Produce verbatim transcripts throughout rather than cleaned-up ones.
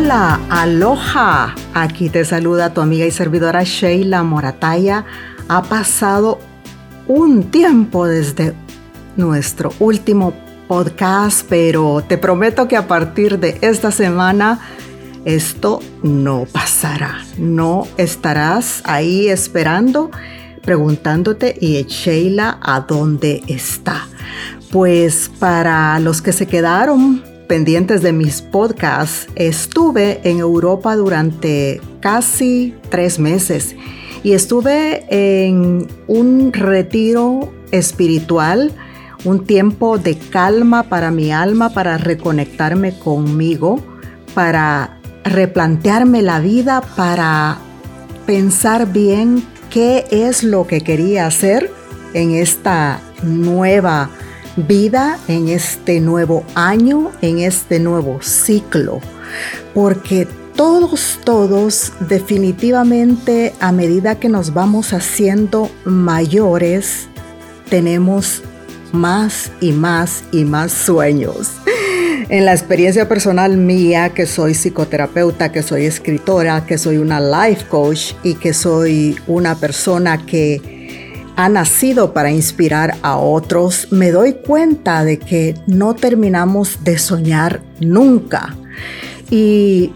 Hola, aloha. Aquí te saluda tu amiga y servidora Sheila Morataya. Ha pasado un tiempo desde nuestro último podcast, pero te prometo que a partir de esta semana esto no pasará. No estarás ahí esperando, preguntándote, ¿y Sheila a dónde está? Pues para los que se quedaron pendientes de mis podcasts, estuve en Europa durante casi tres meses y estuve en un retiro espiritual, un tiempo de calma para mi alma, para reconectarme conmigo, para replantearme la vida, para pensar bien qué es lo que quería hacer en esta nueva vida, en este nuevo año, en este nuevo ciclo. Porque todos, todos, definitivamente, a medida que nos vamos haciendo mayores, tenemos más y más y más sueños. En la experiencia personal mía, que soy psicoterapeuta, que soy escritora, que soy una life coach y que soy una persona que ha nacido para inspirar a otros, me doy cuenta de que no terminamos de soñar nunca. Y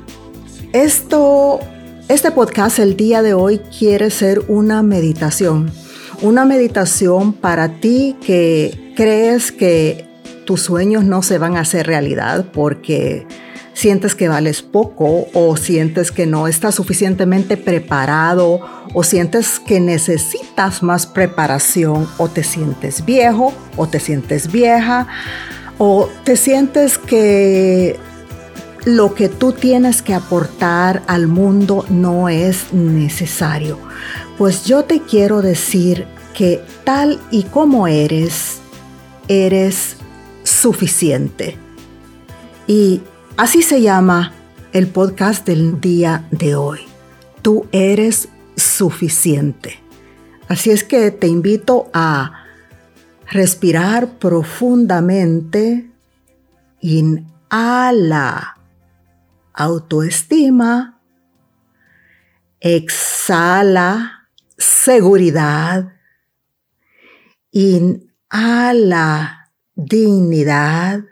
esto, este podcast el día de hoy quiere ser una meditación. Una meditación para ti que crees que tus sueños no se van a hacer realidad porque sientes que vales poco o sientes que no estás suficientemente preparado o sientes que necesitas más preparación o te sientes viejo o te sientes vieja o te sientes que lo que tú tienes que aportar al mundo no es necesario. Pues yo te quiero decir que tal y como eres, eres suficiente. Y así se llama el podcast del día de hoy. Tú eres suficiente. Así es que te invito a respirar profundamente. Inhala autoestima. Exhala seguridad. Inhala dignidad.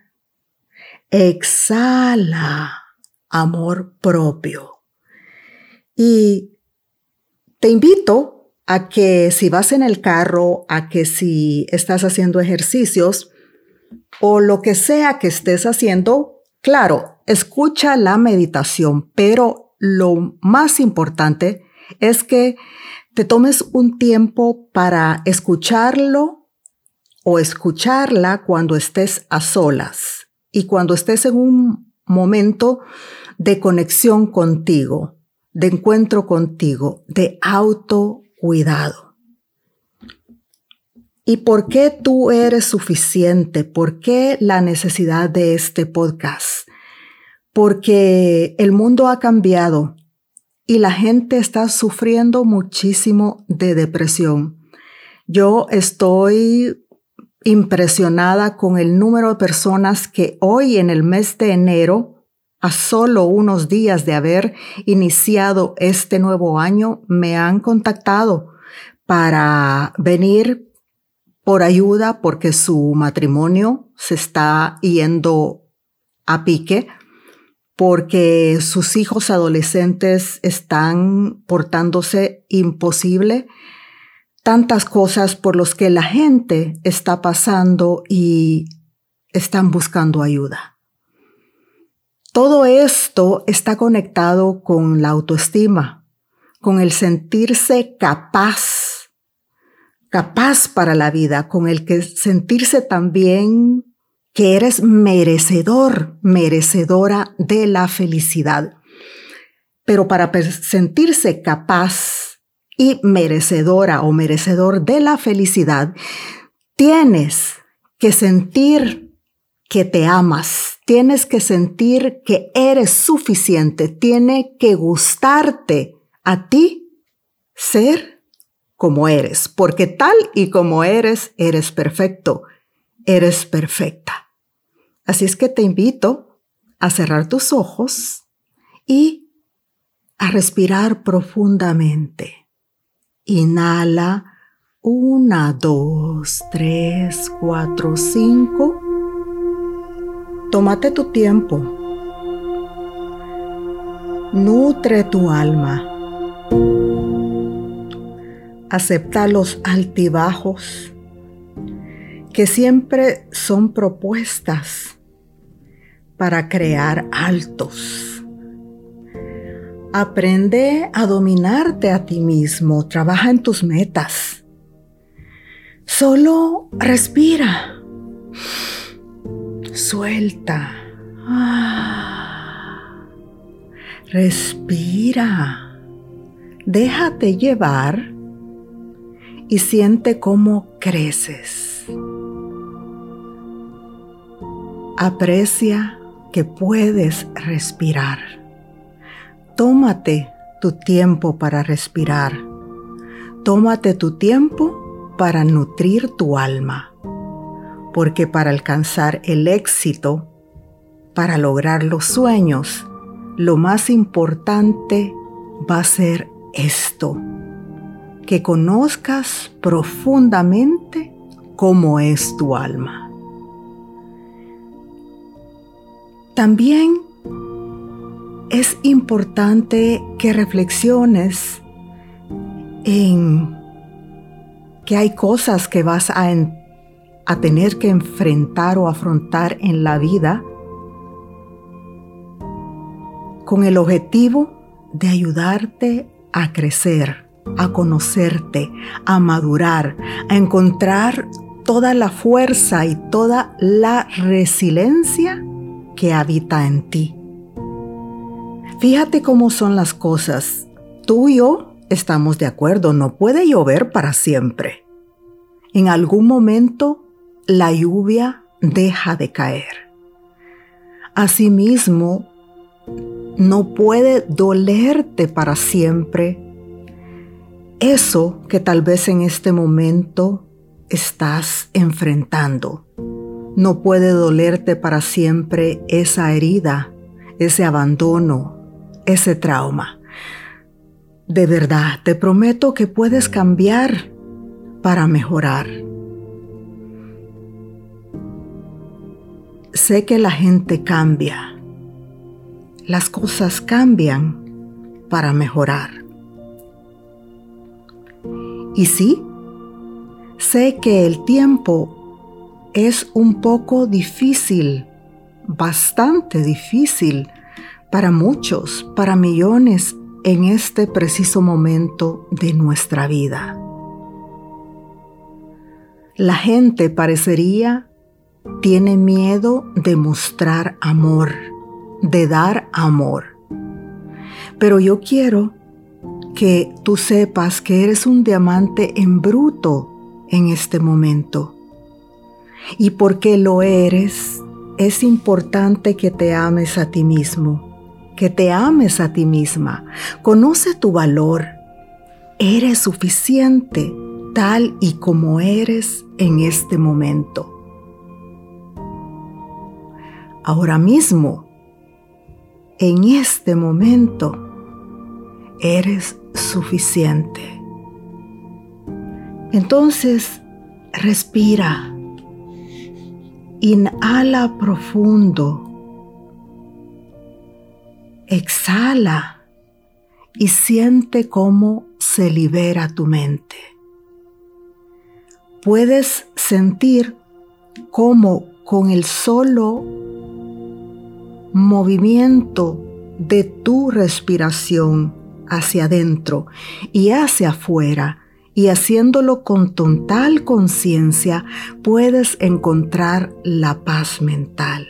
Exhala amor propio. Y te invito a que si vas en el carro, a que si estás haciendo ejercicios o lo que sea que estés haciendo, claro, escucha la meditación, pero lo más importante es que te tomes un tiempo para escucharlo o escucharla cuando estés a solas. Y cuando estés en un momento de conexión contigo, de encuentro contigo, de autocuidado. ¿Y por qué tú eres suficiente? ¿Por qué la necesidad de este podcast? Porque el mundo ha cambiado y la gente está sufriendo muchísimo de depresión. Yo estoy impresionada con el número de personas que hoy en el mes de enero, a solo unos días de haber iniciado este nuevo año, me han contactado para venir por ayuda porque su matrimonio se está yendo a pique, porque sus hijos adolescentes están portándose imposible. Tantas cosas por las que la gente está pasando y están buscando ayuda. Todo esto está conectado con la autoestima, con el sentirse capaz, capaz para la vida, con el que sentirse también que eres merecedor, merecedora de la felicidad. Pero para sentirse capaz y merecedora o merecedor de la felicidad, tienes que sentir que te amas, tienes que sentir que eres suficiente, tiene que gustarte a ti ser como eres, porque tal y como eres, eres perfecto, eres perfecta. Así es que te invito a cerrar tus ojos y a respirar profundamente. Inhala. Una, dos, tres, cuatro, cinco. Tómate tu tiempo. Nutre tu alma. Acepta los altibajos que siempre son propuestas para crear altos. Aprende a dominarte a ti mismo. Trabaja en tus metas. Solo respira. Suelta. Ah. Respira. Déjate llevar y siente cómo creces. Aprecia que puedes respirar. Tómate tu tiempo para respirar. Tómate tu tiempo para nutrir tu alma, porque para alcanzar el éxito, para lograr los sueños, lo más importante va a ser esto, que conozcas profundamente cómo es tu alma. También es importante que reflexiones en que hay cosas que vas a, en, a tener que enfrentar o afrontar en la vida con el objetivo de ayudarte a crecer, a conocerte, a madurar, a encontrar toda la fuerza y toda la resiliencia que habita en ti. Fíjate cómo son las cosas. Tú y yo estamos de acuerdo, no puede llover para siempre. En algún momento la lluvia deja de caer. Asimismo, no puede dolerte para siempre eso que tal vez en este momento estás enfrentando. No puede dolerte para siempre esa herida, ese abandono, ese trauma. De verdad, te prometo que puedes cambiar para mejorar. Sé que la gente cambia. Las cosas cambian para mejorar. Y sí, sé que el tiempo es un poco difícil, bastante difícil para muchos, para millones en este preciso momento de nuestra vida. La gente parecería tiene miedo de mostrar amor, de dar amor. Pero yo quiero que tú sepas que eres un diamante en bruto en este momento. Y porque lo eres, es importante que te ames a ti mismo. Que te ames a ti misma. Conoce tu valor. Eres suficiente tal y como eres en este momento. Ahora mismo, en este momento, eres suficiente. Entonces, respira. Inhala profundo. Exhala y siente cómo se libera tu mente. Puedes sentir cómo con el solo movimiento de tu respiración hacia adentro y hacia afuera, y haciéndolo con total conciencia, puedes encontrar la paz mental.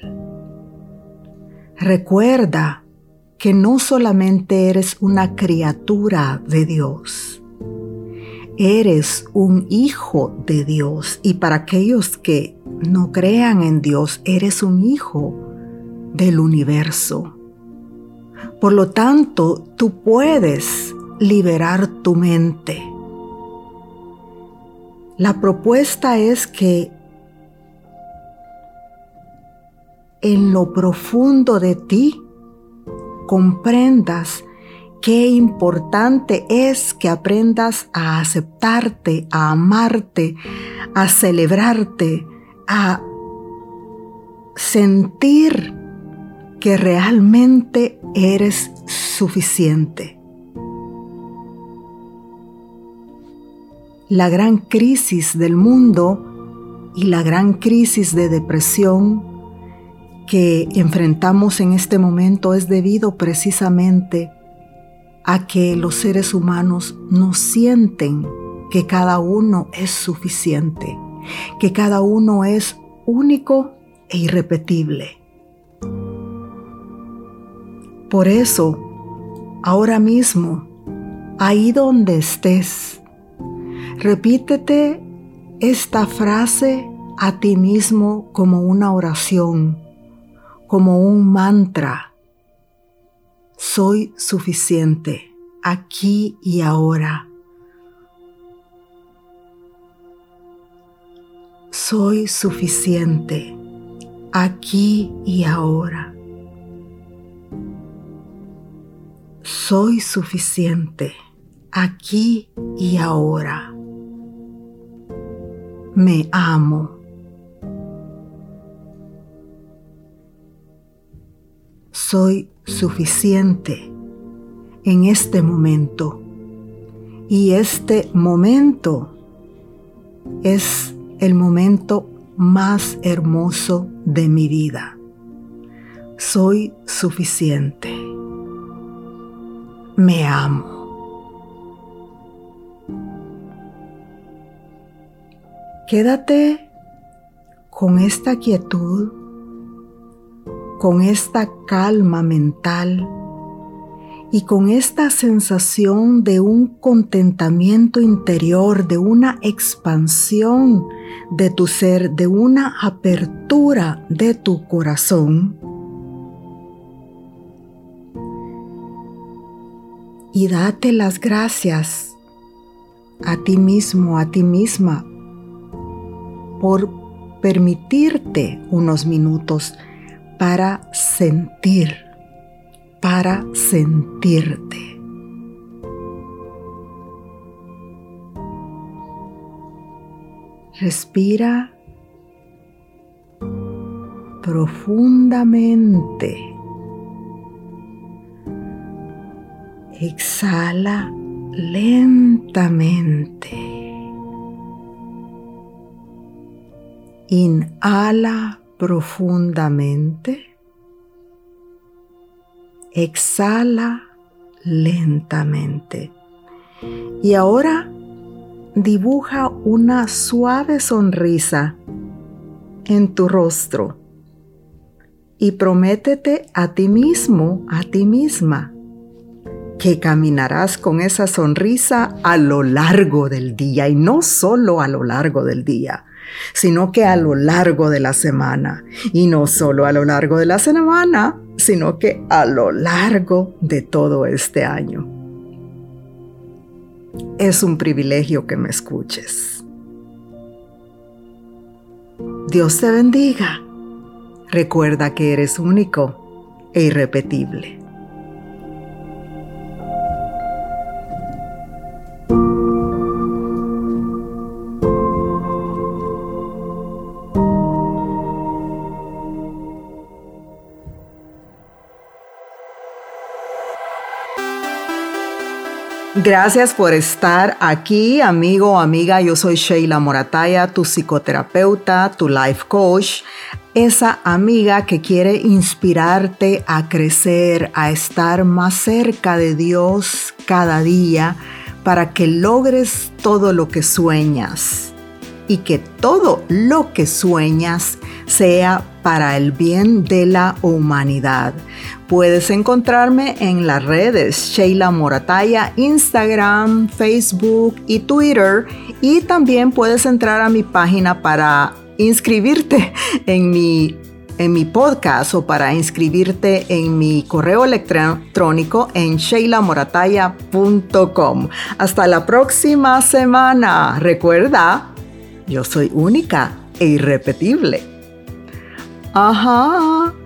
Recuerda que no solamente eres una criatura de Dios, eres un hijo de Dios. Y para aquellos que no crean en Dios, eres un hijo del universo. Por lo tanto, tú puedes liberar tu mente. La propuesta es que en lo profundo de ti comprendas qué importante es que aprendas a aceptarte, a amarte, a celebrarte, a sentir que realmente eres suficiente. La gran crisis del mundo y la gran crisis de depresión que enfrentamos en este momento es debido precisamente a que los seres humanos no sienten que cada uno es suficiente, que cada uno es único e irrepetible. Por eso, ahora mismo, ahí donde estés, repítete esta frase a ti mismo como una oración, como un mantra. Soy suficiente aquí y ahora. Soy suficiente aquí y ahora. Soy suficiente aquí y ahora. Me amo. Soy suficiente en este momento. Y este momento es el momento más hermoso de mi vida. Soy suficiente. Me amo. Quédate con esta quietud, con esta calma mental y con esta sensación de un contentamiento interior, de una expansión de tu ser, de una apertura de tu corazón. Y date las gracias a ti mismo, a ti misma, por permitirte unos minutos para sentir, para sentirte. Respira profundamente. Exhala lentamente. Inhala profundamente. Exhala lentamente. Y ahora dibuja una suave sonrisa en tu rostro y prométete a ti mismo, a ti misma, que caminarás con esa sonrisa a lo largo del día, y no solo a lo largo del día, sino que a lo largo de la semana, y no solo a lo largo de la semana, sino que a lo largo de todo este año. Es un privilegio que me escuches. Dios te bendiga. Recuerda que eres único e irrepetible. Gracias por estar aquí, amigo o amiga. Yo soy Sheila Morataya, tu psicoterapeuta, tu life coach, esa amiga que quiere inspirarte a crecer, a estar más cerca de Dios cada día para que logres todo lo que sueñas y que todo lo que sueñas sea para el bien de la humanidad. Puedes encontrarme en las redes Sheila Morataya, Instagram, Facebook y Twitter. Y también puedes entrar a mi página para inscribirte en mi, en mi podcast o para inscribirte en mi correo electrónico en sheila morataya punto com. Hasta la próxima semana. Recuerda, yo soy única e irrepetible. Ajá.